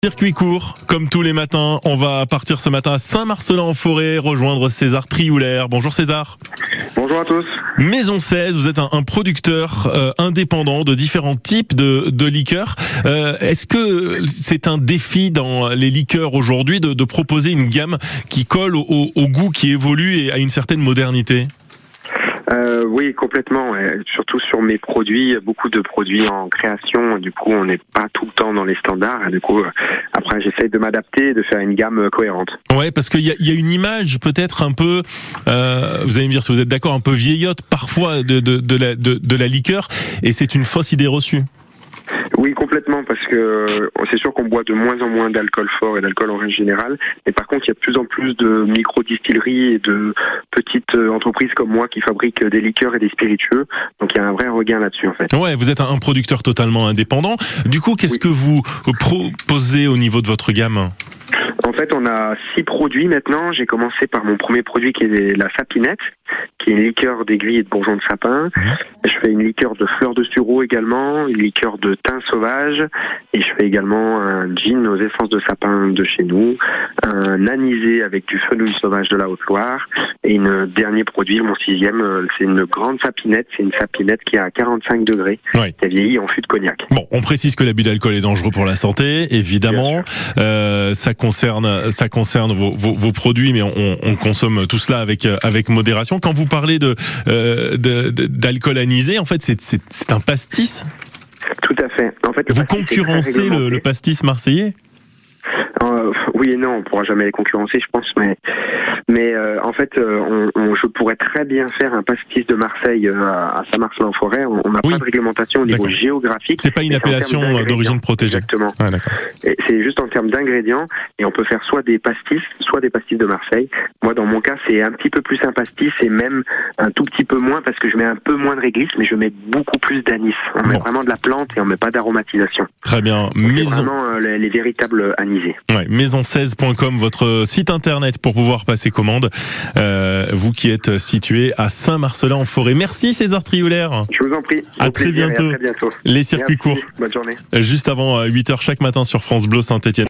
Circuit court, comme tous les matins, on va partir ce matin à Saint-Marcellin-en-Forêt, rejoindre César Trioulaire. Bonjour César. Bonjour à tous. Maison 16, vous êtes un producteur indépendant de différents types de liqueurs. Est-ce que c'est un défi dans les liqueurs aujourd'hui de proposer une gamme qui colle au goût qui évolue et à une certaine modernité ? Oui, complètement. Surtout sur mes produits, beaucoup de produits en création. Du coup, on n'est pas tout le temps dans les standards. Du coup, après, j'essaie de m'adapter et de faire une gamme cohérente. Ouais, parce qu'il y a une image peut-être un peu, vous allez me dire si vous êtes d'accord, un peu vieillotte parfois de la liqueur, et c'est une fausse idée reçue. Oui, complètement, parce que c'est sûr qu'on boit de moins en moins d'alcool fort et d'alcool en règle générale, mais par contre, il y a de plus en plus de micro-distilleries et de petites entreprises comme moi qui fabriquent des liqueurs et des spiritueux, donc il y a un vrai regain là-dessus en fait. Ouais, vous êtes un producteur totalement indépendant. Du coup, qu'est-ce que vous proposez au niveau de votre gamme ? En fait, on a 6 produits maintenant. J'ai commencé par mon premier produit qui est la sapinette, qui est une liqueur d'aiguille et de bourgeon de sapin. Je fais une liqueur de fleurs de sureau également, une liqueur de thym sauvage, et je fais également un gin aux essences de sapin de chez nous, un anisé avec du fenouil sauvage de la Haute-Loire, et un dernier produit, mon 6e, c'est une grande sapinette. C'est une sapinette qui est à 45 degrés, ouais, qui a vieilli en fût de cognac. Bon, on précise que l'abus d'alcool est dangereux pour la santé, évidemment. Ça concerne vos produits, mais on consomme tout cela avec modération. Quand vous parlez d'alcool anisé, en fait, c'est un pastis. Tout à fait. En fait, vous concurrencez le pastis marseillais ? Oui et non, on pourra jamais les concurrencer, je pense, mais en fait, je pourrais très bien faire un pastis de Marseille à Saint-Marcellin-en-Forêt. On n'a pas de réglementation au niveau géographique. C'est pas une appellation d'origine protégée. Exactement. Ah, d'accord. C'est juste en termes d'ingrédients, et on peut faire soit des pastis de Marseille. Moi, dans mon cas, c'est un petit peu plus un pastis, et même un tout petit peu moins, parce que je mets un peu moins de réglisse, mais je mets beaucoup plus d'anis. On met vraiment de la plante et on met pas d'aromatisation. Très bien. C'est vraiment les véritables anisés. Ouais, maison16.com, votre site internet pour pouvoir passer commande. Vous qui êtes situé à Saint-Marcellin-en-Forêt. Merci César Trioulaire. Je vous en prie. À très bientôt. À très bientôt. Les circuits courts. Bonne journée. Juste avant 8h chaque matin sur France Bleu Saint-Étienne.